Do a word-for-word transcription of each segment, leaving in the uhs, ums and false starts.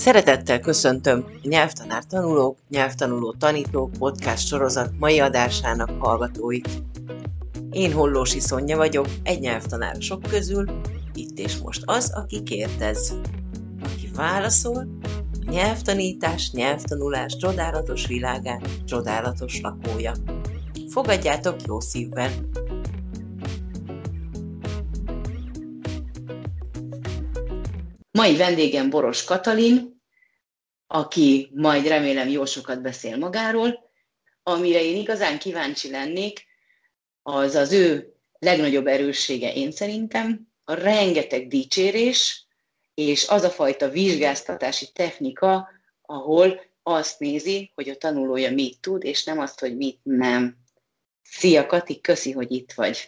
Szeretettel köszöntöm a Nyelvtanár Tanulók, Nyelvtanuló Tanítók podcast sorozat mai adásának hallgatóit. Én Hollósi Szonya vagyok, egy nyelvtanár sok közül, itt és most az, aki kérdez. Aki válaszol, a nyelvtanítás, nyelvtanulás csodálatos világán csodálatos lakója. Fogadjátok jó szívvel! Mai vendégem Boros Katalin, aki majd remélem jó sokat beszél magáról. Amire én igazán kíváncsi lennék, az az ő legnagyobb erőssége én szerintem, a rengeteg dicsérés, és az a fajta vizsgáztatási technika, ahol azt nézi, hogy a tanulója mit tud, és nem azt, hogy mit nem. Szia Kati, köszi, hogy itt vagy.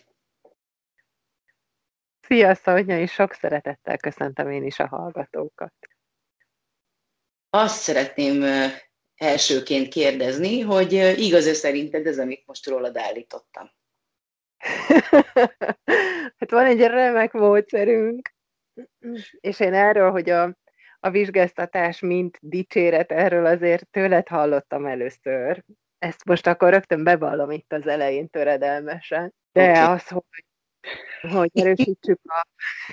Szia Szonya, és sok szeretettel köszöntöm én is a hallgatókat. Azt szeretném elsőként kérdezni, hogy igaz-e szerinted ez, amit most rólad állítottam? Hát van egy remek módszerünk, és én erről, hogy a, a vizsgáztatás mint dicséret, erről azért tőled hallottam először. Ezt most akkor rögtön bevallom itt az elején töredelmesen. De okay. Az, hogy hogy erősítsük a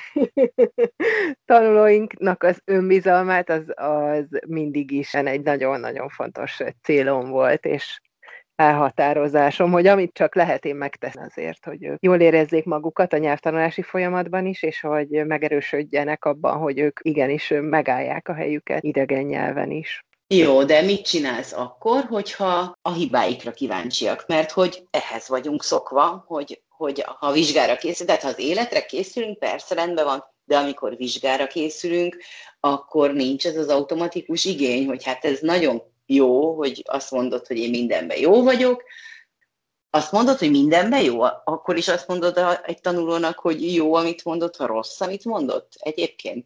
tanulóinknak az önbizalmát, az, az mindig is egy nagyon-nagyon fontos célom volt, és elhatározásom, hogy amit csak lehet, én megteszem azért, hogy ők jól érezzék magukat a nyelvtanulási folyamatban is, és hogy megerősödjenek abban, hogy ők igenis megállják a helyüket idegen nyelven is. Jó, de mit csinálsz akkor, hogyha a hibáikra kíváncsiak? Mert hogy ehhez vagyunk szokva, hogy, hogy ha vizsgára készülünk, tehát ha az életre készülünk, persze rendben van, de amikor vizsgára készülünk, akkor nincs ez az automatikus igény, hogy hát ez nagyon jó, hogy azt mondod, hogy én mindenben jó vagyok. Azt mondod, hogy mindenben jó? Akkor is azt mondod egy tanulónak, hogy jó, amit mondod, ha rossz, amit mondott egyébként?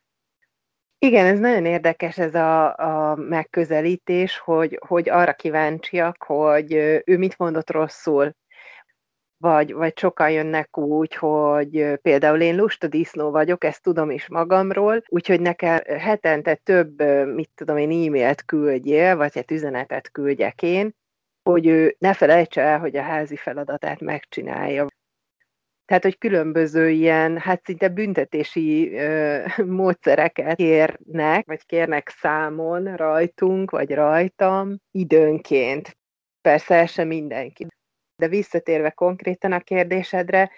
Igen, ez nagyon érdekes ez a, a megközelítés, hogy, hogy arra kíváncsiak, hogy ő mit mondott rosszul. Vagy, vagy sokan jönnek úgy, hogy például én lustadisznó vagyok, ezt tudom is magamról, úgyhogy nekem hetente több, mit tudom én, e-mailt küldjél, vagy egy üzenetet küldjek én, hogy ő ne felejtse el, hogy a házi feladatát megcsinálja. Tehát, hogy különböző ilyen, hát szinte büntetési ö, módszereket kérnek, vagy kérnek számon rajtunk, vagy rajtam időnként. Persze ez sem mindenki. De visszatérve konkrétan a kérdésedre,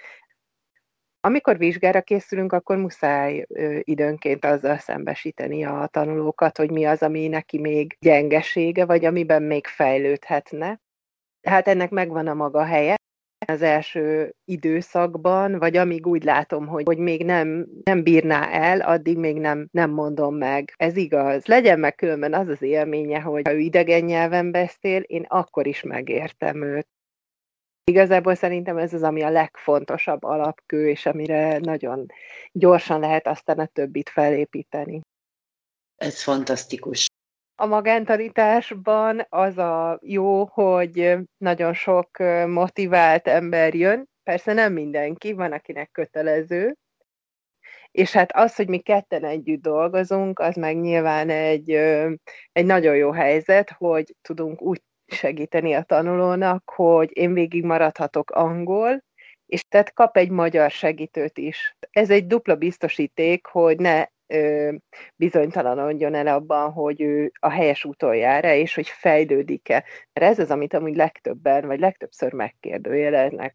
amikor vizsgára készülünk, akkor muszáj ö, időnként azzal szembesíteni a tanulókat, hogy mi az, ami neki még gyengesége, vagy amiben még fejlődhetne. Hát ennek megvan a maga helye. Az első időszakban, vagy amíg úgy látom, hogy, hogy még nem, nem bírná el, addig még nem, nem mondom meg. Ez igaz. Legyen meg különben az az élménye, hogy ha ő idegen nyelven beszél, én akkor is megértem őt. Igazából szerintem ez az, ami a legfontosabb alapkő, és amire nagyon gyorsan lehet aztán a többit felépíteni. Ez fantasztikus. A magántanításban az a jó, hogy nagyon sok motivált ember jön, persze nem mindenki, van akinek kötelező, és hát az, hogy mi ketten együtt dolgozunk, az meg nyilván egy, egy nagyon jó helyzet, hogy tudunk úgy segíteni a tanulónak, hogy én végig maradhatok angol, és tehát kap egy magyar segítőt is. Ez egy dupla biztosíték, hogy ne ö, bizonytalanodjon el abban, hogy ő a helyes úton jár-e, és hogy fejlődik-e. Mert ez az, amit amúgy legtöbben, vagy legtöbbször megkérdőjeleznek.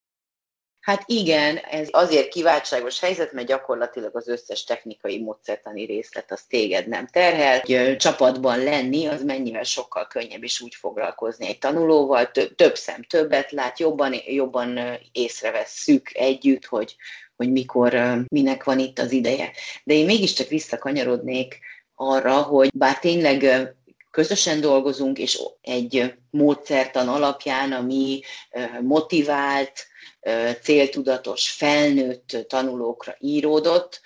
Hát igen, ez azért kiváltságos helyzet, mert gyakorlatilag az összes technikai módszertani részlet az téged nem terhel. Hogy csapatban lenni, az mennyivel sokkal könnyebb is úgy foglalkozni egy tanulóval, több, több szem többet lát, jobban, jobban észrevesszük együtt, hogy, hogy mikor, minek van itt az ideje. De én mégiscsak visszakanyarodnék arra, hogy bár tényleg közösen dolgozunk, és egy módszertan alapján, ami motivált, céltudatos, felnőtt tanulókra íródott,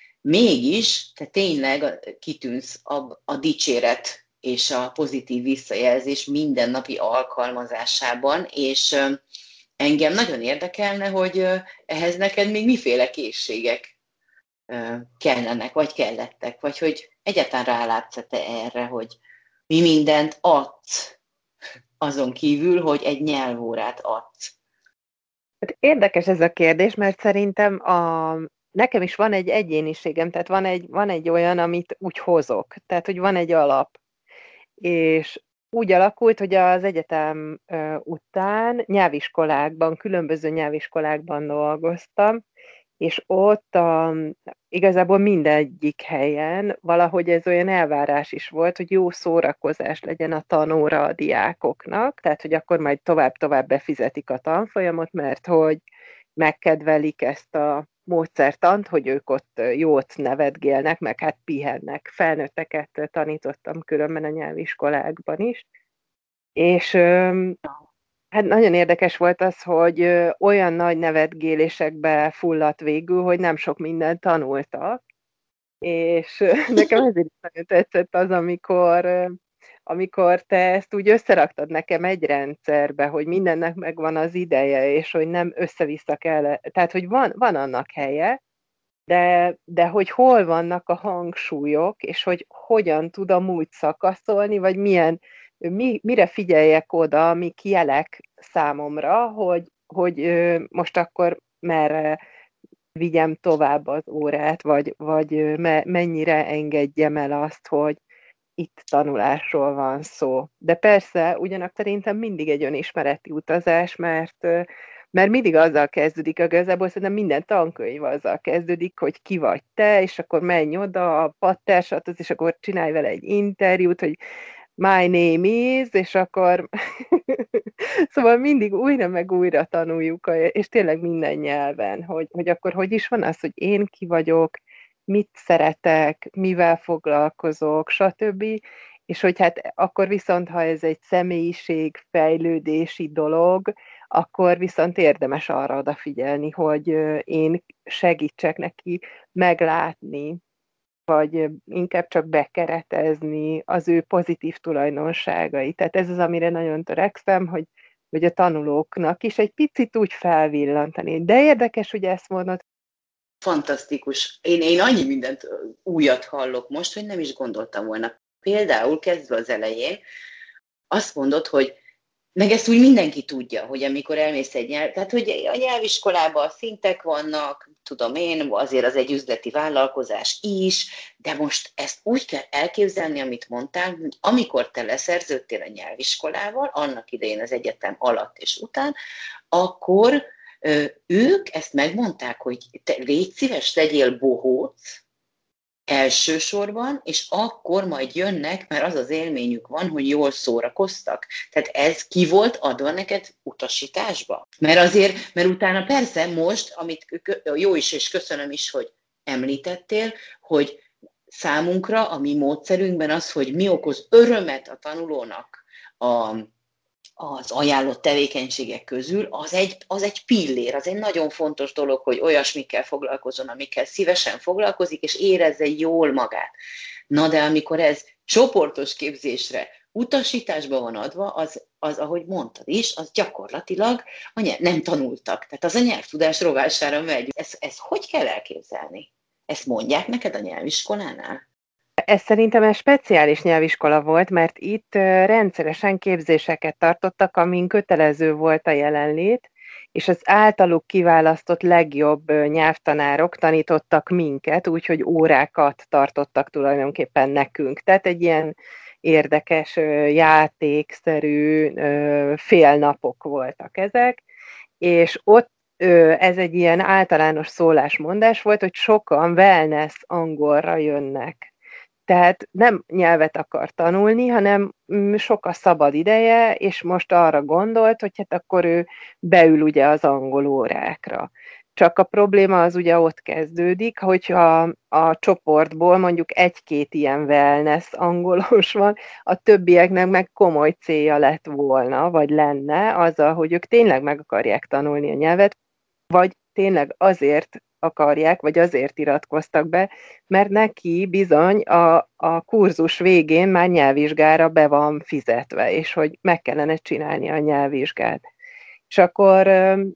mégis te tényleg kitűnsz a, a dicséret és a pozitív visszajelzés mindennapi alkalmazásában, és engem nagyon érdekelne, hogy ehhez neked még miféle készségek kellenek, vagy kellettek, vagy hogy egyáltalán rálátsz te erre, hogy mi mindent adsz, azon kívül, hogy egy nyelvórát adsz. Érdekes ez a kérdés, mert szerintem a, nekem is van egy egyéniségem, tehát van egy, van egy olyan, amit úgy hozok, tehát hogy van egy alap. És úgy alakult, hogy az egyetem után nyelviskolákban, különböző nyelviskolákban dolgoztam, és ott a, igazából mindegyik helyen valahogy ez olyan elvárás is volt, hogy jó szórakozás legyen a tanóra a diákoknak, tehát hogy akkor majd tovább-tovább befizetik a tanfolyamot, mert hogy megkedvelik ezt a módszertant, hogy ők ott jót nevetgélnek, meg hát pihennek. Felnőtteket tanítottam különben a nyelviskolákban is, és hát nagyon érdekes volt az, hogy olyan nagy nevetgélésekbe fulladt végül, hogy nem sok mindent tanultak, és nekem ezért nagyon tetszett az, amikor, amikor te ezt úgy összeraktad nekem egy rendszerbe, hogy mindennek megvan az ideje, és hogy nem össze-vissza kell, tehát hogy van, van annak helye, de, de hogy hol vannak a hangsúlyok, és hogy hogyan tudom úgy szakaszolni, vagy milyen, mi, mire figyeljek oda, mik jelek számomra, hogy, hogy most akkor merre vigyem tovább az órát, vagy, vagy me, mennyire engedjem el azt, hogy itt tanulásról van szó. De persze, ugyanak szerintem mindig egy önismereti utazás, mert mert mindig azzal kezdődik, a igazából szerintem minden tankönyv azzal kezdődik, hogy ki vagy te, és akkor menj oda a padtársathoz, és akkor csinálj vele egy interjút, hogy my name is, és akkor szóval mindig újra meg újra tanuljuk, és tényleg minden nyelven, hogy, hogy akkor hogy is van az, hogy én ki vagyok, mit szeretek, mivel foglalkozok, stb. És hogy hát akkor viszont, ha ez egy személyiségfejlődési dolog, akkor viszont érdemes arra odafigyelni, hogy én segítsek neki meglátni, vagy inkább csak bekeretezni az ő pozitív tulajdonságait. Tehát ez az, amire nagyon törekszem, hogy, hogy a tanulóknak is egy picit úgy felvillantani. De érdekes, hogy ezt mondod. Fantasztikus. Én, én annyi mindent újat hallok most, hogy nem is gondoltam volna. Például kezdve az elején azt mondod, hogy meg ezt úgy mindenki tudja, hogy amikor elmész egy nyelv, tehát hogy a nyelviskolában szintek vannak, tudom én, azért az egy üzleti vállalkozás is, de most ezt úgy kell elképzelni, amit mondtál, hogy amikor te leszerződtél a nyelviskolával, annak idején az egyetem alatt és után, akkor ö, ők ezt megmondták, hogy te légy szíves, legyél bohóc, elsősorban, és akkor majd jönnek, mert az az élményük van, hogy jól szórakoztak. Tehát ez ki volt adva neked utasításba? Mert azért, mert utána persze most, amit jó is, és köszönöm is, hogy említettél, hogy számunkra, a mi módszerünkben az, hogy mi okoz örömet a tanulónak a az ajánlott tevékenységek közül, az egy, az egy pillér, az egy nagyon fontos dolog, hogy olyasmikkel foglalkozzon, amikkel szívesen foglalkozik, és érezze jól magát. Na de amikor ez csoportos képzésre, utasításba van adva, az, az ahogy mondtad is, az gyakorlatilag a nyelv, nem tanultak. Tehát az a nyelvtudás rovására megy. Ezt, ezt hogy kell elképzelni? Ezt mondják neked a nyelviskolánál? Ez szerintem egy speciális nyelviskola volt, mert itt rendszeresen képzéseket tartottak, amin kötelező volt a jelenlét, és az általuk kiválasztott legjobb nyelvtanárok tanítottak minket, úgyhogy órákat tartottak tulajdonképpen nekünk. Tehát egy ilyen érdekes, játékszerű félnapok voltak ezek, és ott ez egy ilyen általános szólásmondás volt, hogy sokan wellness angolra jönnek. Tehát nem nyelvet akar tanulni, hanem sok a szabad ideje, és most arra gondolt, hogy hát akkor ő beül ugye az angol órákra. Csak a probléma az ugye ott kezdődik, hogyha a csoportból mondjuk egy-két ilyen wellness angolos van, a többieknek meg komoly célja lett volna, vagy lenne azzal, hogy ők tényleg meg akarják tanulni a nyelvet, vagy tényleg azért akarják, vagy azért iratkoztak be, mert neki bizony a, a kurzus végén már nyelvvizsgára be van fizetve, és hogy meg kellene csinálni a nyelvvizsgát. És akkor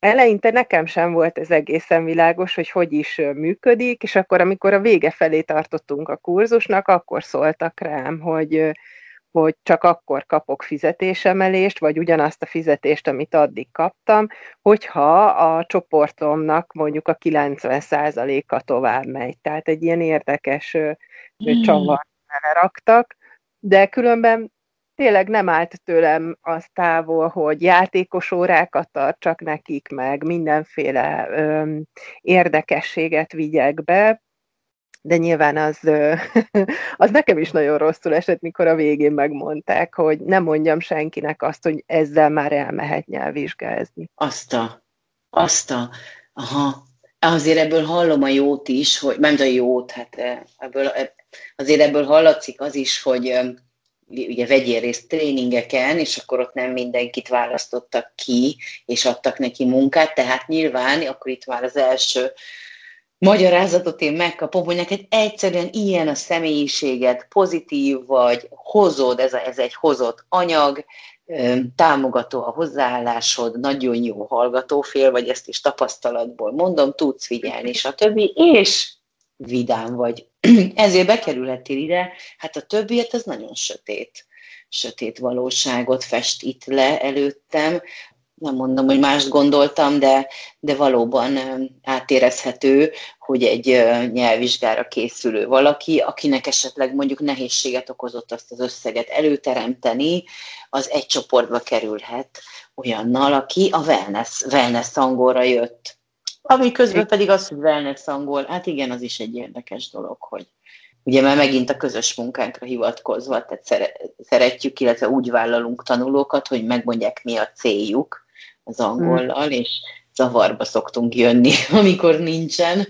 eleinte nekem sem volt ez egészen világos, hogy hogy is működik, és akkor, amikor a vége felé tartottunk a kurzusnak, akkor szóltak rám, hogy, hogy csak akkor kapok fizetésemelést, vagy ugyanazt a fizetést, amit addig kaptam, hogyha a csoportomnak mondjuk a kilencven százaléka tovább megy. Tehát egy ilyen érdekes hmm. csavart raktak, de különben tényleg nem állt tőlem az távol, hogy játékos órákat tartsak nekik, meg mindenféle ö, érdekességet vigyek be, de nyilván az, ö, az nekem is nagyon rosszul esett, mikor a végén megmondták, hogy nem mondjam senkinek azt, hogy ezzel már elmehet nyelvvizsgázni. Azt a, azt a, aha, azért ebből hallom a jót is, hogy, nem a jót, hát ebből, azért ebből hallatszik az is, hogy ugye vegyél részt tréningeken, és akkor ott nem mindenkit választottak ki, és adtak neki munkát, tehát nyilván, akkor itt már az első magyarázatot én megkapom, hogy neked egyszerűen ilyen a személyiséged, pozitív vagy, hozod, ez, a, ez egy hozott anyag, támogató a hozzáállásod, nagyon jó hallgatófél, vagy ezt is tapasztalatból mondom, tudsz figyelni, stb. És vidám vagy. Ezért bekerülhettél ide, hát a többiet az nagyon sötét, sötét valóságot fest itt le előttem. Nem mondom, hogy mást gondoltam, de, de valóban átérezhető, hogy egy nyelvvizsgára készülő valaki, akinek esetleg mondjuk nehézséget okozott azt az összeget előteremteni, az egy csoportba kerülhet olyannal, aki a wellness, wellness angolra jött. Ami közben pedig az, hogy wellness angol, hát igen, az is egy érdekes dolog, hogy ugye már megint a közös munkánkra hivatkozva, tehát szeretjük, illetve úgy vállalunk tanulókat, hogy megmondják, mi a céljuk az angollal, mm. és zavarba szoktunk jönni, amikor nincsen.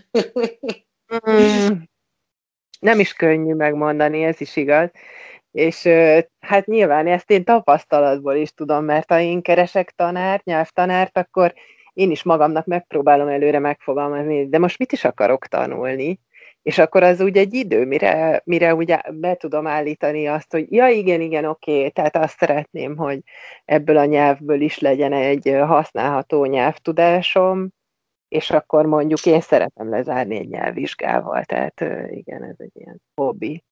mm. Nem is könnyű megmondani, ez is igaz. És hát nyilván ezt én tapasztalatból is tudom, mert ha én keresek tanárt, nyelvtanárt, akkor én is magamnak megpróbálom előre megfogalmazni, de most mit is akarok tanulni? És akkor az úgy egy idő, mire, mire ugye be tudom állítani azt, hogy ja, igen, igen, oké, tehát azt szeretném, hogy ebből a nyelvből is legyen egy használható nyelvtudásom, és akkor mondjuk én szeretem lezárni egy nyelvvizsgával, tehát igen, ez egy ilyen hobbi.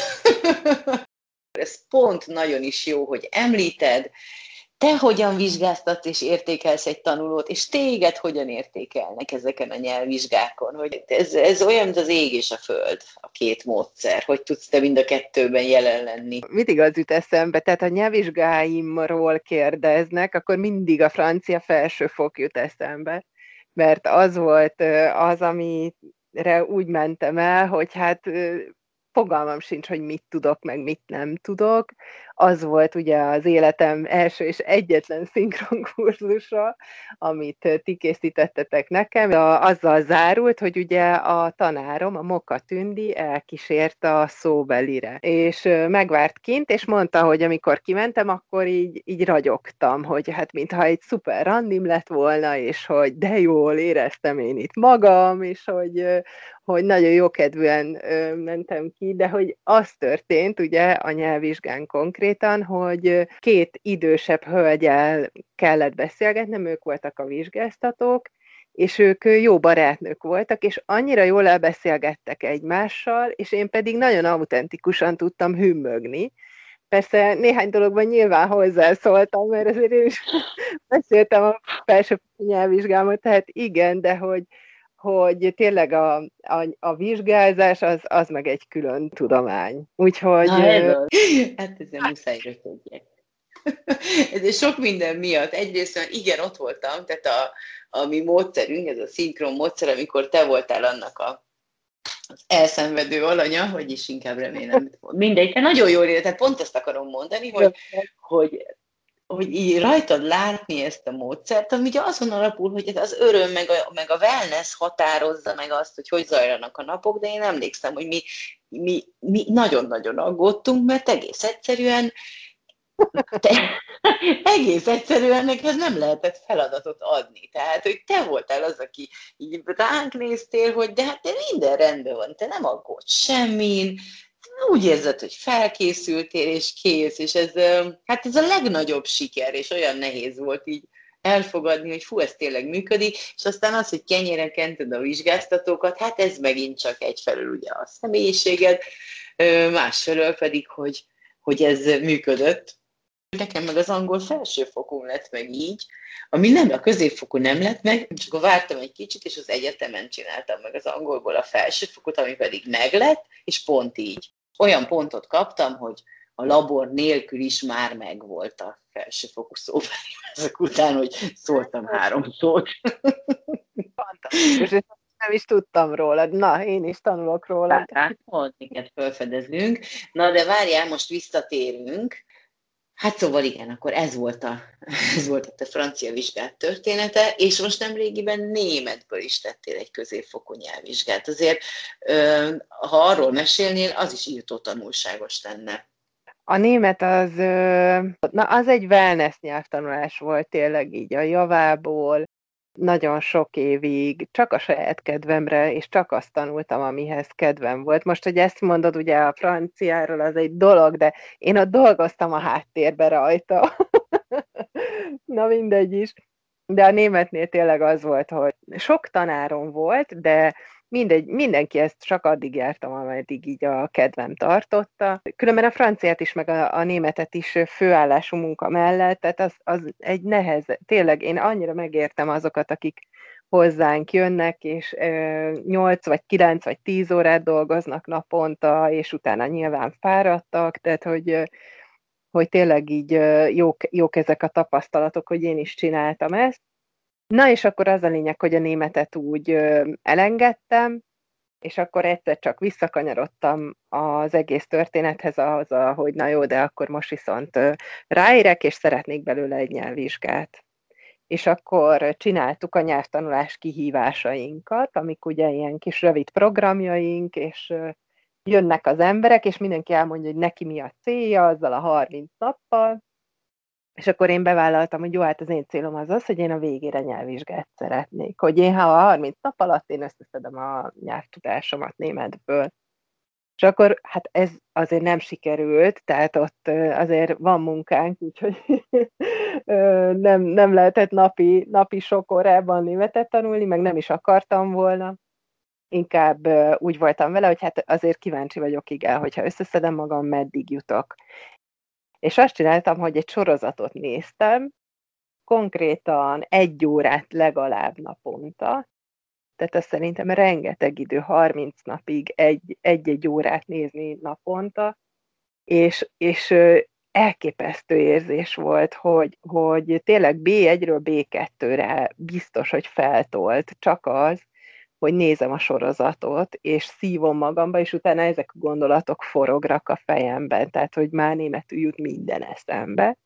Ez pont nagyon is jó, hogy említed, te hogyan vizsgáztatsz és értékelsz egy tanulót, és téged hogyan értékelnek ezeken a nyelvvizsgákon. Hogy ez, ez olyan, mint az ég és a föld, a két módszer. Hogy tudsz te mind a kettőben jelen lenni? Mindig az jut eszembe, tehát ha nyelvvizsgáimról kérdeznek, akkor mindig a francia felsőfok jut eszembe. Mert az volt az, amire úgy mentem el, hogy hát fogalmam sincs, hogy mit tudok, meg mit nem tudok. Az volt ugye az életem első és egyetlen szinkronkurzusa, amit ti készítettetek nekem. Azzal zárult, hogy ugye a tanárom, a Moka Tündi elkísért a szóbelire. És megvárt kint, és mondta, hogy amikor kimentem, akkor így, így ragyogtam, hogy hát mintha egy szuper randim lett volna, és hogy de jól éreztem én itt magam, és hogy, hogy nagyon jókedvűen mentem ki, de hogy az történt ugye a nyelvvizsgán konkrétan, hogy két idősebb hölgyel kellett beszélgetnem, ők voltak a vizsgáztatók, és ők jó barátnők voltak, és annyira jól elbeszélgettek egymással, és én pedig nagyon autentikusan tudtam hümmögni. Persze néhány dologban nyilván hozzászóltam, mert azért én is beszéltem a felső nyelvvizsgámat, tehát igen, de hogy hogy tényleg a, a, a vizsgázás az, az meg egy külön tudomány. Úgyhogy... Na, ez az. Hát ezzel muszáj röködjek. Ez sok minden miatt. Egyrészt, igen, ott voltam, tehát a, a mi módszerünk, ez a szinkron módszer, amikor te voltál annak a, az elszenvedő alanya, hogy is inkább remélem. Mindegy, te nagyon jól ér, tehát pont ezt akarom mondani, hogy, hogy hogy így rajtad látni ezt a módszert, ami ugye azon alapul, hogy az öröm meg a, meg a wellness határozza meg azt, hogy hogy zajlanak a napok, de én emlékszem, hogy mi, mi, mi nagyon-nagyon aggódtunk, mert egész egyszerűen te, egész egyszerűen neked nem lehetett feladatot adni. Tehát, hogy te voltál az, aki így ránk néztél, hogy de hát de minden rendben van, te nem aggódsz semmin, úgy érzed, hogy felkészültél, és kész, és ez, hát ez a legnagyobb siker, és olyan nehéz volt így elfogadni, hogy fú, ez tényleg működik, és aztán az, hogy kenyére kented a vizsgáztatókat, hát ez megint csak egyfelől ugye a személyiséged, másfelől pedig, hogy, hogy ez működött. Nekem meg az angol felsőfokon lett meg így, ami nem, a középfokú nem lett meg, csak vártam egy kicsit, és az egyetemen csináltam meg az angolból a felsőfokot, ami pedig meglett, és pont így. Olyan pontot kaptam, hogy a labor nélkül is már megvolt a felsőfokú szóval. Ezek után, hogy szóltam három szót. Fantasztikus, és nem is tudtam rólad. Na, én is tanulok rólad. Hát, pont minket felfedezünk. Na, de várjál, most visszatérünk. Hát szóval igen, akkor ez volt a, ez volt a te francia vizsgát története, és most nemrégiben németből is tettél egy középfokú nyelvvizsgát. Azért, ha arról mesélnél, az is írtó tanulságos lenne. A német az, na, az egy wellness nyelvtanulás volt tényleg így a javából, nagyon sok évig, csak a saját kedvemre, és csak azt tanultam, amihez kedvem volt. Most, hogy ezt mondod, ugye a franciáról, az egy dolog, de én ott dolgoztam a háttérbe rajta. Na mindegy is. De a németnél tényleg az volt, hogy sok tanárom volt, de mindegy, mindenki ezt csak addig jártam, ameddig így a kedvem tartotta. Különben a franciát is, meg a, a németet is főállású munka mellett, tehát az, az egy nehez, tényleg én annyira megértem azokat, akik hozzánk jönnek, és nyolc vagy kilenc vagy tíz órát dolgoznak naponta, és utána nyilván fáradtak, tehát hogy, hogy tényleg így jók, jók ezek a tapasztalatok, hogy én is csináltam ezt. Na és akkor az a lényeg, hogy a németet úgy ö, elengedtem, és akkor egyszer csak visszakanyarodtam az egész történethez azzal, hogy na jó, de akkor most viszont ö, ráérek, és szeretnék belőle egy nyelvvizsgát. És akkor csináltuk a nyelvtanulás kihívásainkat, amik ugye ilyen kis rövid programjaink, és ö, jönnek az emberek, és mindenki elmondja, hogy neki mi a célja azzal a harminc nappal. És akkor én bevállaltam, hogy jó, hát az én célom az az, hogy én a végére nyelvvizsgát szeretnék. Hogy én, ha a harminc nap alatt én összeszedem a nyelvtudásomat németből. És akkor, hát ez azért nem sikerült, tehát ott azért van munkánk, úgyhogy nem, nem lehetett napi, napi sok órában németet tanulni, meg nem is akartam volna. Inkább úgy voltam vele, hogy hát azért kíváncsi vagyok, igen, hogyha összeszedem magam, meddig jutok. És azt csináltam, hogy egy sorozatot néztem, konkrétan egy órát legalább naponta, tehát azt szerintem rengeteg idő, harminc napig egy, egy-egy órát nézni naponta, és, és elképesztő érzés volt, hogy, hogy tényleg bé egyről bé kettőre biztos, hogy feltolt, csak az, hogy nézem a sorozatot, és szívom magamba, és utána ezek a gondolatok forognak a fejemben, tehát, hogy már németül jut minden eszembe.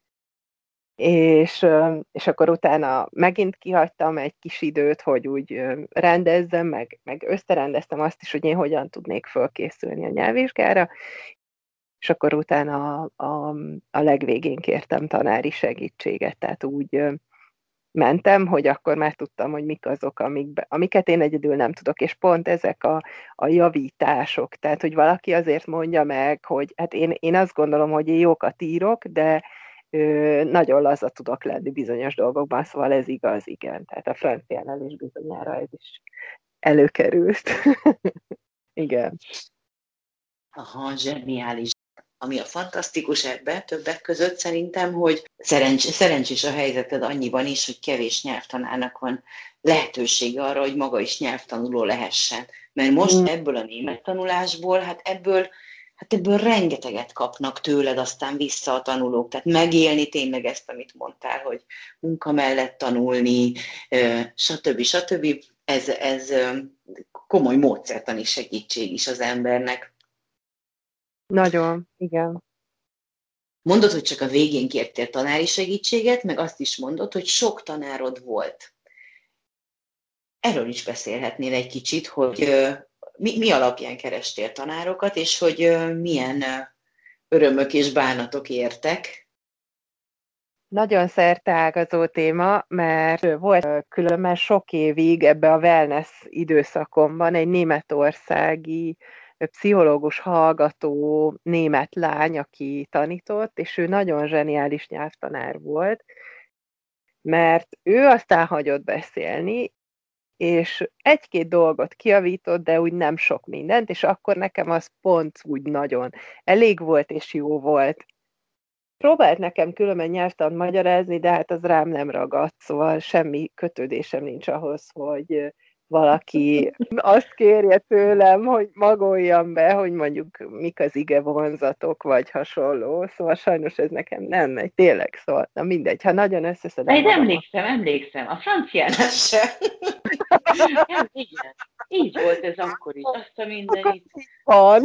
És, és akkor utána megint kihagytam egy kis időt, hogy úgy rendezzem, meg, meg összerendeztem azt is, hogy én hogyan tudnék fölkészülni a nyelvvizsgára, és akkor utána a, a, a legvégén kértem tanári segítséget, tehát úgy mentem, hogy akkor már tudtam, hogy mik azok, amikbe, amiket én egyedül nem tudok, és pont ezek a, a javítások, tehát, hogy valaki azért mondja meg, hogy hát én, én azt gondolom, hogy én jókat írok, de ö, nagyon laza tudok lenni bizonyos dolgokban, szóval ez igaz, igen. Tehát a franciánál is bizonyára ez is előkerült. Igen. Aha, zseniális. Ami a fantasztikus ebben többek között szerintem, hogy szerencs- szerencsés a helyzeted annyiban is, hogy kevés nyelvtanárnak van lehetősége arra, hogy maga is nyelvtanuló lehessen. Mert most mm. ebből a német tanulásból, hát ebből, hát ebből rengeteget kapnak tőled aztán vissza a tanulók. Tehát megélni tényleg ezt, amit mondtál, hogy munka mellett tanulni, stb. stb. Ez, ez komoly módszertani segítség is az embernek. Nagyon, igen. Mondod, hogy csak a végén kértél tanári segítséget, meg azt is mondod, hogy sok tanárod volt. Erről is beszélhetnél egy kicsit, hogy mi, mi alapján kerestél tanárokat, és hogy milyen örömök és bánatok értek. Nagyon szerteágazó téma, mert volt különben sok évig ebbe a wellness időszakomban egy németországi pszichológus hallgató német lány, aki tanított, és ő nagyon zseniális nyelvtanár volt, mert ő aztán hagyott beszélni, és egy-két dolgot kijavított, de úgy nem sok mindent, és akkor nekem az pont úgy nagyon elég volt, és jó volt. Próbált nekem különben nyelvtan magyarázni, de hát az rám nem ragadt, szóval semmi kötődésem nincs ahhoz, hogy valaki azt kérje tőlem, hogy magoljam be, hogy mondjuk mik az ige vonzatok, vagy hasonló. Szóval sajnos ez nekem nem megy, tényleg, szóval na mindegy, ha nagyon összeszedem. Én emlékszem, emlékszem, a franciánál sem. Nem, igen, így volt ez akkor is, azt a mindenit. Van.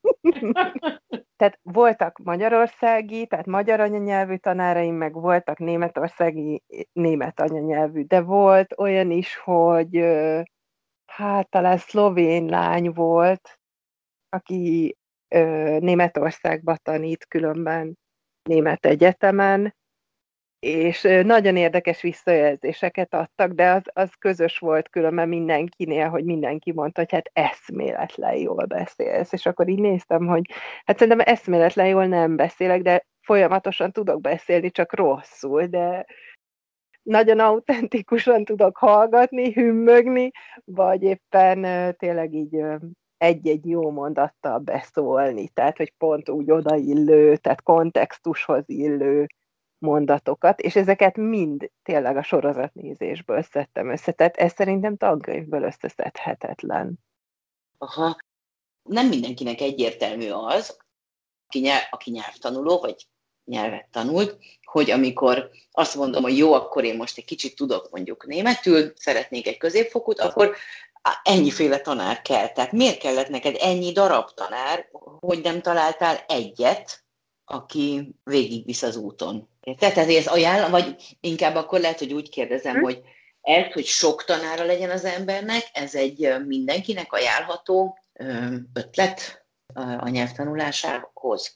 Tehát voltak magyarországi, tehát magyar anyanyelvű tanáraim, meg voltak németországi, német anyanyelvű, de volt olyan is, hogy hát talán szlovén lány volt, aki Németországba tanít különben német egyetemen, és nagyon érdekes visszajelzéseket adtak, de az, az közös volt különben mindenkinél, hogy mindenki mondta, hogy hát eszméletlen jól beszélsz. És akkor így néztem, hogy hát szerintem eszméletlen jól nem beszélek, de folyamatosan tudok beszélni, csak rosszul, de nagyon autentikusan tudok hallgatni, hümmögni, vagy éppen tényleg így egy-egy jó mondattal beszólni, tehát hogy pont úgy odaillő, tehát kontextushoz illő mondatokat, és ezeket mind tényleg a sorozatnézésből szedtem össze, tehát ez szerintem tankönyvből összeszedhetetlen. Aha. Nem mindenkinek egyértelmű az, aki, nyelv, aki nyelvtanuló, vagy nyelvet tanult, hogy amikor azt mondom, hogy jó, akkor én most egy kicsit tudok mondjuk németül, szeretnék egy középfokút, akkor ennyiféle tanár kell. Tehát miért kellett neked ennyi darab tanár, hogy nem találtál egyet, aki végigvisz az úton? Tehát ez ajánl, vagy inkább akkor lehet, hogy úgy kérdezem, hm? hogy ez, hogy sok tanára legyen az embernek, ez egy mindenkinek ajánlható ötlet a nyelvtanulásához?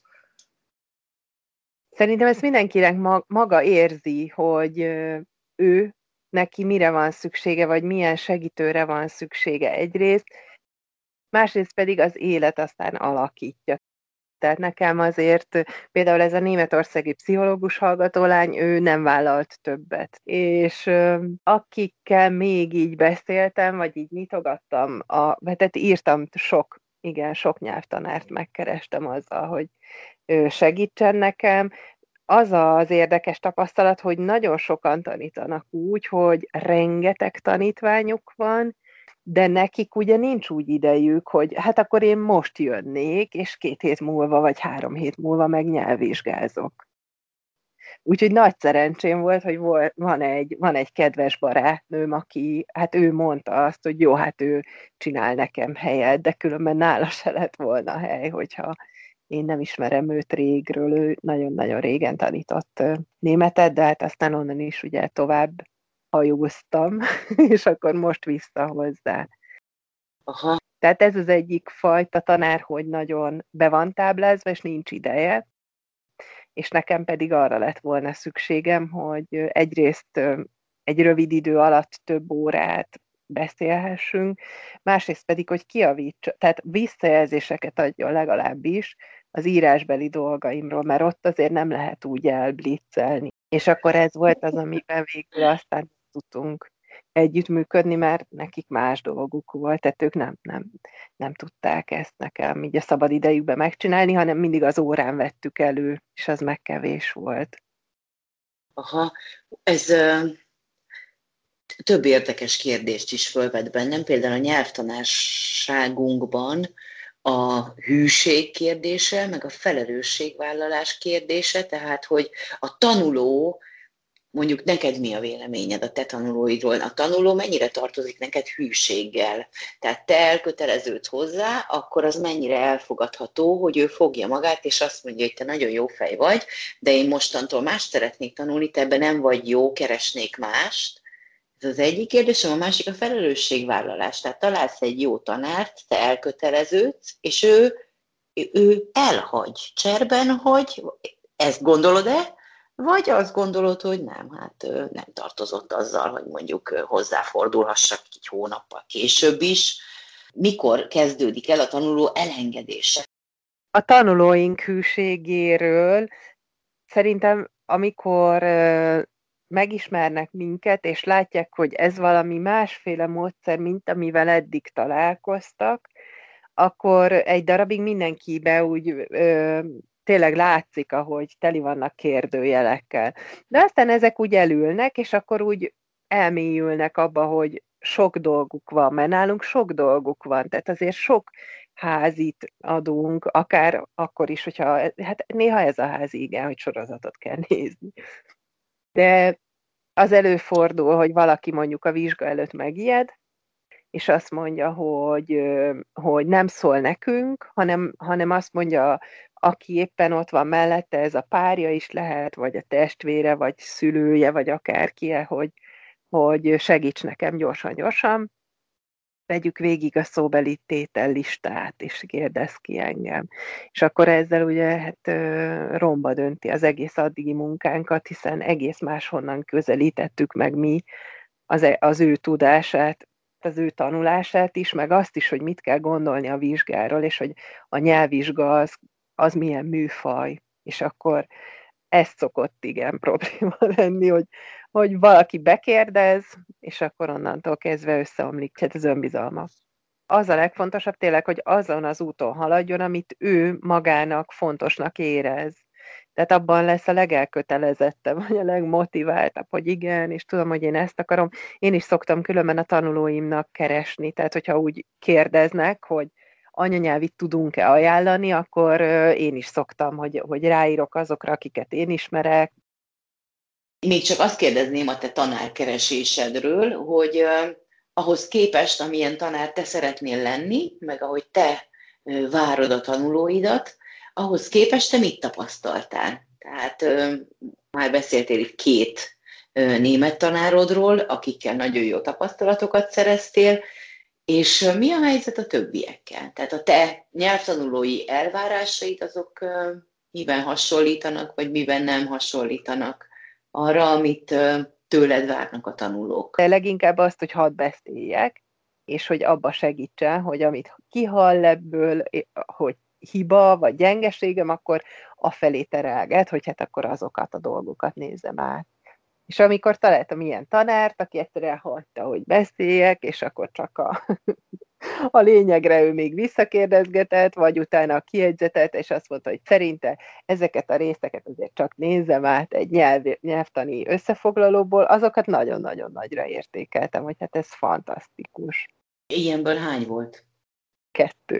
Szerintem ezt mindenkinek maga érzi, hogy ő, neki mire van szüksége, vagy milyen segítőre van szüksége egyrészt, másrészt pedig az élet aztán alakítja. Tehát nekem azért például ez a németországi pszichológus hallgatólány, ő nem vállalt többet. És akikkel még így beszéltem, vagy így nyitogattam, a, tehát írtam sok, igen, sok nyelvtanárt megkerestem azzal, hogy segítsen nekem. Az az érdekes tapasztalat, hogy nagyon sokan tanítanak úgy, hogy rengeteg tanítványuk van, de nekik ugye nincs úgy idejük, hogy hát akkor én most jönnék, és két hét múlva, vagy három hét múlva meg nyelvvizsgázok. Úgyhogy nagy szerencsém volt, hogy volt, van, egy, van egy kedves barátnőm, aki, hát ő mondta azt, hogy jó, hát ő csinál nekem helyet, de különben nála se lett volna hely, hogyha én nem ismerem őt régről, ő nagyon-nagyon régen tanított németet, de hát aztán onnan is ugye tovább hajóztam, és akkor most vissza hozzá. Aha. Tehát ez az egyik fajta tanár, hogy nagyon be van táblázva, és nincs ideje, és nekem pedig arra lett volna szükségem, hogy egyrészt egy rövid idő alatt több órát beszélhessünk, másrészt pedig, hogy kijavítsa, tehát visszajelzéseket adjon legalábbis az írásbeli dolgaimról, mert ott azért nem lehet úgy elblitzelni. És akkor ez volt az, amiben végül aztán tudtunk együttműködni, mert nekik más dolguk volt, tehát ők nem, nem, nem tudták ezt nekem így a szabad idejükben megcsinálni, hanem mindig az órán vettük elő, és az meg kevés volt. Aha, ez uh, több érdekes kérdést is fölvet bennem, például a nyelvtanárságunkban a hűség kérdése, meg a felelősségvállalás kérdése, tehát hogy a tanuló, mondjuk neked mi a véleményed a te tanulóidról? A tanuló mennyire tartozik neked hűséggel? Tehát te elköteleződsz hozzá, akkor az mennyire elfogadható, hogy ő fogja magát, és azt mondja, hogy te nagyon jó fej vagy, de én mostantól mást szeretnék tanulni, te ebben nem vagy jó, keresnék mást. Ez az egyik kérdésem, a másik a felelősségvállalás. Tehát találsz egy jó tanárt, te elköteleződsz, és ő, ő elhagy cserben, hogy ezt gondolod-e? Vagy azt gondolod, hogy nem, hát nem tartozott azzal, hogy mondjuk hozzáfordulhassak egy hónappal később is. Mikor kezdődik el a tanuló elengedése? A tanulóink hűségéről szerintem, amikor megismernek minket, és látják, hogy ez valami másféle módszer, mint amivel eddig találkoztak, akkor egy darabig mindenkibe úgy ö, tényleg látszik, ahogy teli vannak kérdőjelekkel. De aztán ezek úgy elülnek, és akkor úgy elmélyülnek abba, hogy sok dolguk van, mert nálunk sok dolguk van, tehát azért sok házit adunk, akár akkor is, hogyha, hát néha ez a házi, igen, hogy sorozatot kell nézni. De az előfordul, hogy valaki mondjuk a vizsga előtt megijed, és azt mondja, hogy, hogy nem szól nekünk, hanem, hanem azt mondja, aki éppen ott van mellette, ez a párja is lehet, vagy a testvére, vagy szülője, vagy akárki, hogy, hogy segíts nekem gyorsan-gyorsan, vegyük végig a szóbeli tétellistát, és kérdezz ki engem. És akkor ezzel ugye hát, romba dönti az egész addigi munkánkat, hiszen egész máshonnan közelítettük meg mi az, az ő tudását, az ő tanulását is, meg azt is, hogy mit kell gondolni a vizsgáról, és hogy a nyelvvizsga az, az milyen műfaj. És akkor ez szokott igen probléma lenni, hogy, hogy valaki bekérdez, és akkor onnantól kezdve összeomlik az önbizalma. Az a legfontosabb tényleg, hogy azon az úton haladjon, amit ő magának fontosnak érez. Tehát abban lesz a legelkötelezettebb, vagy a legmotiváltabb, hogy igen, és tudom, hogy én ezt akarom. Én is szoktam különben a tanulóimnak keresni, tehát hogyha úgy kérdeznek, hogy anyanyelvit tudunk-e ajánlani, akkor én is szoktam, hogy, hogy ráírok azokra, akiket én ismerek. Még csak azt kérdezném a te tanárkeresésedről, hogy uh, ahhoz képest, amilyen tanár te szeretnél lenni, meg ahogy te uh, várod a tanulóidat, ahhoz képest te mit tapasztaltál? Tehát uh, már beszéltél itt két uh, német tanárodról, akikkel nagyon jó tapasztalatokat szereztél, és uh, mi a helyzet a többiekkel? Tehát a te nyelvtanulói elvárásaid azok uh, miben hasonlítanak, vagy miben nem hasonlítanak arra, amit uh, tőled várnak a tanulók? De leginkább azt, hogy hadd beszéljek, és hogy abba segítsen, hogy amit kihall ebből, hogy hiba vagy gyengeségem, akkor afelé terelget, hogy hát akkor azokat a dolgokat nézem át. És amikor találtam ilyen tanárt, aki egyszerűen hagyta, hogy beszéljek, és akkor csak a, a lényegre ő még visszakérdezgetett, vagy utána a kiegyzetet, és azt mondta, hogy szerinte ezeket a részeket azért csak nézzem át egy nyelv, nyelvtani összefoglalóból, azokat nagyon-nagyon nagyra értékeltem, hogy hát ez fantasztikus. Ilyenből hány volt? Kettő.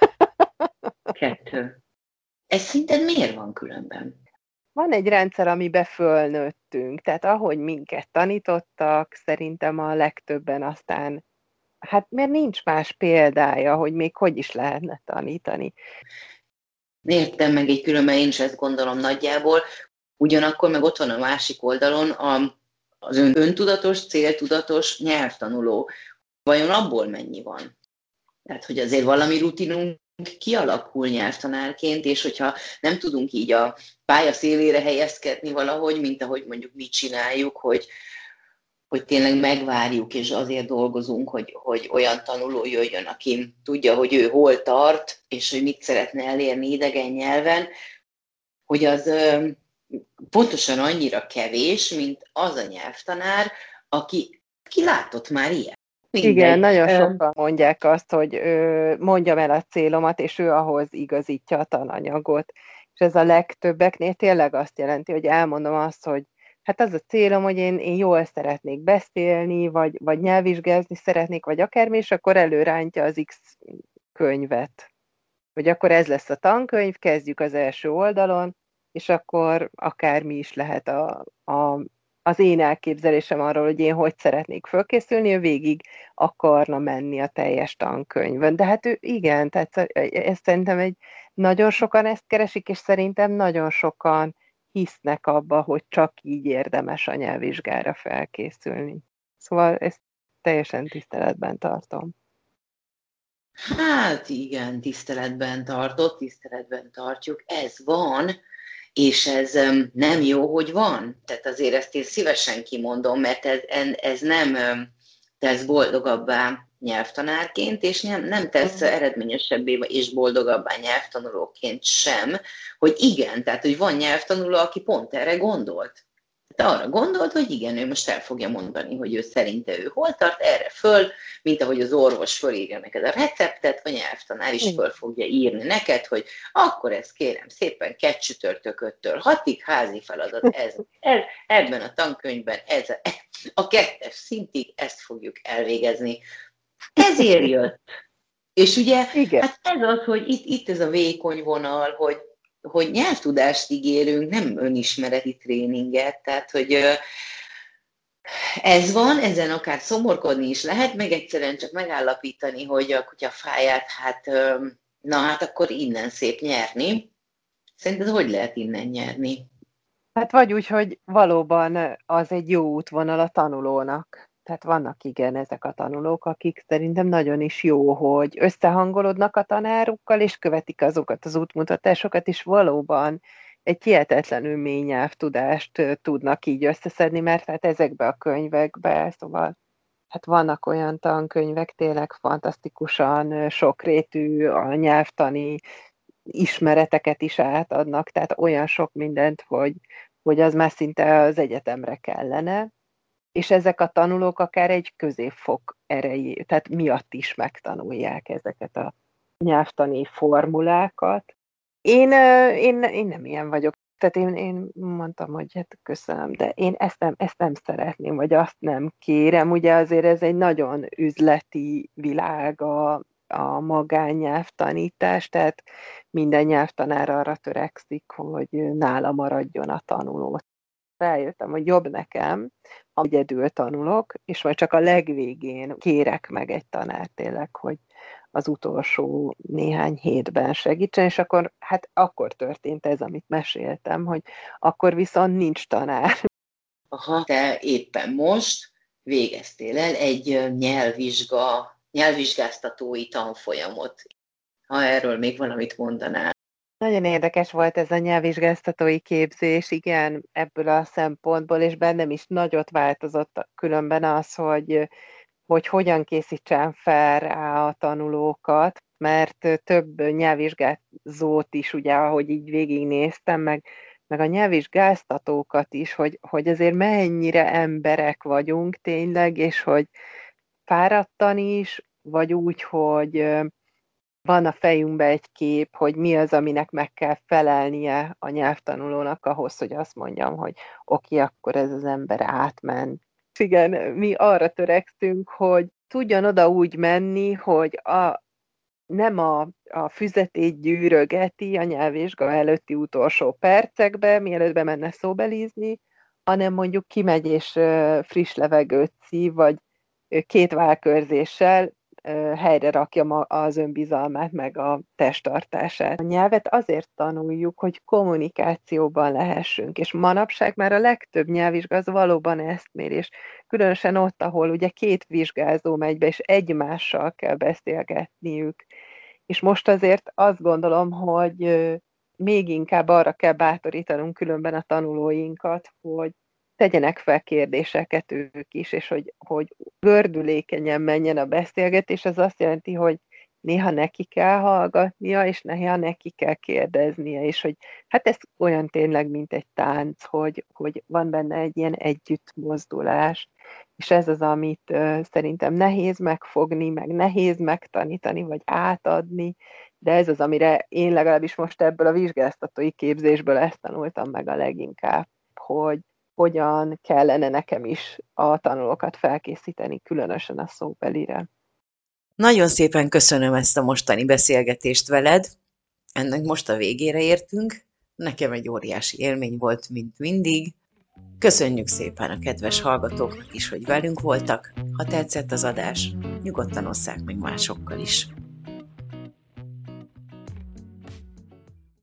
Kettő. Ez szerinted miért van különben? Van egy rendszer, amiben fölnőttünk, tehát ahogy minket tanítottak, szerintem a legtöbben aztán, hát mert nincs más példája, hogy még hogy is lehetne tanítani. Értem meg egy különben, én is ezt gondolom nagyjából, ugyanakkor meg ott van a másik oldalon a, az ön, öntudatos, céltudatos nyelvtanuló. Vajon abból mennyi van? Tehát, hogy azért valami rutinunk kialakul nyelvtanárként, és hogyha nem tudunk így a pálya szélére helyezkedni valahogy, mint ahogy mondjuk mi csináljuk, hogy, hogy tényleg megvárjuk, és azért dolgozunk, hogy, hogy olyan tanuló jöjjön, aki tudja, hogy ő hol tart, és hogy mit szeretne elérni idegen nyelven, hogy az ö, pontosan annyira kevés, mint az a nyelvtanár, aki, aki látott már ilyen. Mindegy. Igen, nagyon sokan mondják azt, hogy ö, mondjam el a célomat, és ő ahhoz igazítja a tananyagot. És ez a legtöbbeknél tényleg azt jelenti, hogy elmondom azt, hogy hát az a célom, hogy én, én jól szeretnék beszélni, vagy, vagy nyelvvizsgázni szeretnék, vagy akármi, és akkor előrántja az X könyvet. Hogy akkor ez lesz a tankönyv, kezdjük az első oldalon, és akkor akármi is lehet a, a az én elképzelésem arról, hogy én hogy szeretnék fölkészülni, ő végig akarna menni a teljes tankönyvön. De hát ő igen, tehát ez szerintem egy, nagyon sokan ezt keresik, és szerintem nagyon sokan hisznek abba, hogy csak így érdemes a nyelvvizsgára felkészülni. Szóval ezt teljesen tiszteletben tartom. Hát igen, tiszteletben tartott, tiszteletben tartjuk, ez van, és ez um, nem jó, hogy van. Tehát azért ezt én szívesen kimondom, mert ez, ez nem um, tesz boldogabbá nyelvtanárként, és nem, nem tesz eredményesebbé és boldogabbá nyelvtanulóként sem, hogy igen, tehát hogy van nyelvtanuló, aki pont erre gondolt. De arra gondolt, hogy igen, ő most el fogja mondani, hogy ő szerinte ő hol tart, erre föl, mint ahogy az orvos fölírja neked a receptet, a nyelvtanár is föl fogja írni neked, hogy akkor ezt kérem szépen kettcsütörtököttől hatig házi feladat, ez, ez ebben a tankönyvben, ez a, a kettes szintig ezt fogjuk elvégezni. Ezért jött. És ugye, igen. Hát ez az, hogy itt, itt ez a vékony vonal, hogy hogy nyelvtudást ígérünk, nem önismereti tréninget, tehát, hogy ez van, ezen akár szomorkodni is lehet, meg egyszerűen csak megállapítani, hogy a kutyafáját, hát, na hát akkor innen szép nyerni. Szerinted hogy lehet innen nyerni? Hát vagy úgy, hogy valóban az egy jó útvonal a tanulónak. Tehát vannak igen ezek a tanulók, akik szerintem nagyon is jó, hogy összehangolódnak a tanárukkal, és követik azokat az útmutatásokat, és valóban egy hihetetlenül mély nyelvtudást tudnak így összeszedni, mert hát ezekbe a könyvekbe, szóval hát vannak olyan tankönyvek, tényleg fantasztikusan sokrétű, a nyelvtani ismereteket is átadnak, tehát olyan sok mindent, hogy, hogy az már szinte az egyetemre kellene. És ezek a tanulók akár egy középfok erejé, tehát miatt is megtanulják ezeket a nyelvtani formulákat. Én, én, én nem ilyen vagyok. Tehát én, én mondtam, hogy hát köszönöm, de én ezt nem, ezt nem szeretném, vagy azt nem kérem. Ugye azért ez egy nagyon üzleti világ a, a magánnyelvtanítás, tehát minden nyelvtanár arra törekszik, hogy nála maradjon a tanuló. Rájöttem, hogy jobb nekem, ha egyedül tanulok, és majd csak a legvégén kérek meg egy tanár tényleg, hogy az utolsó néhány hétben segítsen, és akkor, hát akkor történt ez, amit meséltem, hogy akkor viszont nincs tanár. Aha, te éppen most végeztél el egy nyelvvizsga, nyelvvizsgáztatói tanfolyamot. Ha erről még valamit mondanál. Nagyon érdekes volt ez a nyelvvizsgáztatói képzés, igen, ebből a szempontból, és bennem is nagyot változott különben az, hogy, hogy hogyan készítsen fel rá a tanulókat, mert több nyelvvizsgázót is, ugye, ahogy így végignéztem, meg, meg a nyelvvizsgáztatókat is, hogy, hogy azért mennyire emberek vagyunk tényleg, és hogy fáradtan is, vagy úgy, hogy van a fejünkben egy kép, hogy mi az, aminek meg kell felelnie a nyelvtanulónak ahhoz, hogy azt mondjam, hogy oké, okay, akkor ez az ember átment. Igen, mi arra törekszünk, hogy tudjon oda úgy menni, hogy a, nem a, a füzetét gyűrögeti a nyelvvizsga előtti utolsó percekbe, mielőtt bemenne szóbelizni, hanem mondjuk kimegy és friss levegőt szív, vagy két válkörzéssel helyre rakja az önbizalmát, meg a testtartását. A nyelvet azért tanuljuk, hogy kommunikációban lehessünk, és manapság már a legtöbb nyelvvizsga az valóban ezt mér, és különösen ott, ahol ugye két vizsgázó megy be, és egymással kell beszélgetniük. És most azért azt gondolom, hogy még inkább arra kell bátorítanunk különben a tanulóinkat, hogy tegyenek fel kérdéseket ők is, és hogy, hogy gördülékenyen menjen a beszélgetés, az azt jelenti, hogy néha neki kell hallgatnia, és néha neki kell kérdeznie, és hogy hát ez olyan tényleg, mint egy tánc, hogy, hogy van benne egy ilyen együttmozdulás, és ez az, amit uh, szerintem nehéz megfogni, meg nehéz megtanítani, vagy átadni, de ez az, amire én legalábbis most ebből a vizsgáztatói képzésből ezt tanultam meg a leginkább, hogy hogyan kellene nekem is a tanulókat felkészíteni, különösen a szóbelire. Nagyon szépen köszönöm ezt a mostani beszélgetést veled. Ennek most a végére értünk. Nekem egy óriási élmény volt, mint mindig. Köszönjük szépen a kedves hallgatóknak is, hogy velünk voltak. Ha tetszett az adás, nyugodtan osszák meg másokkal is.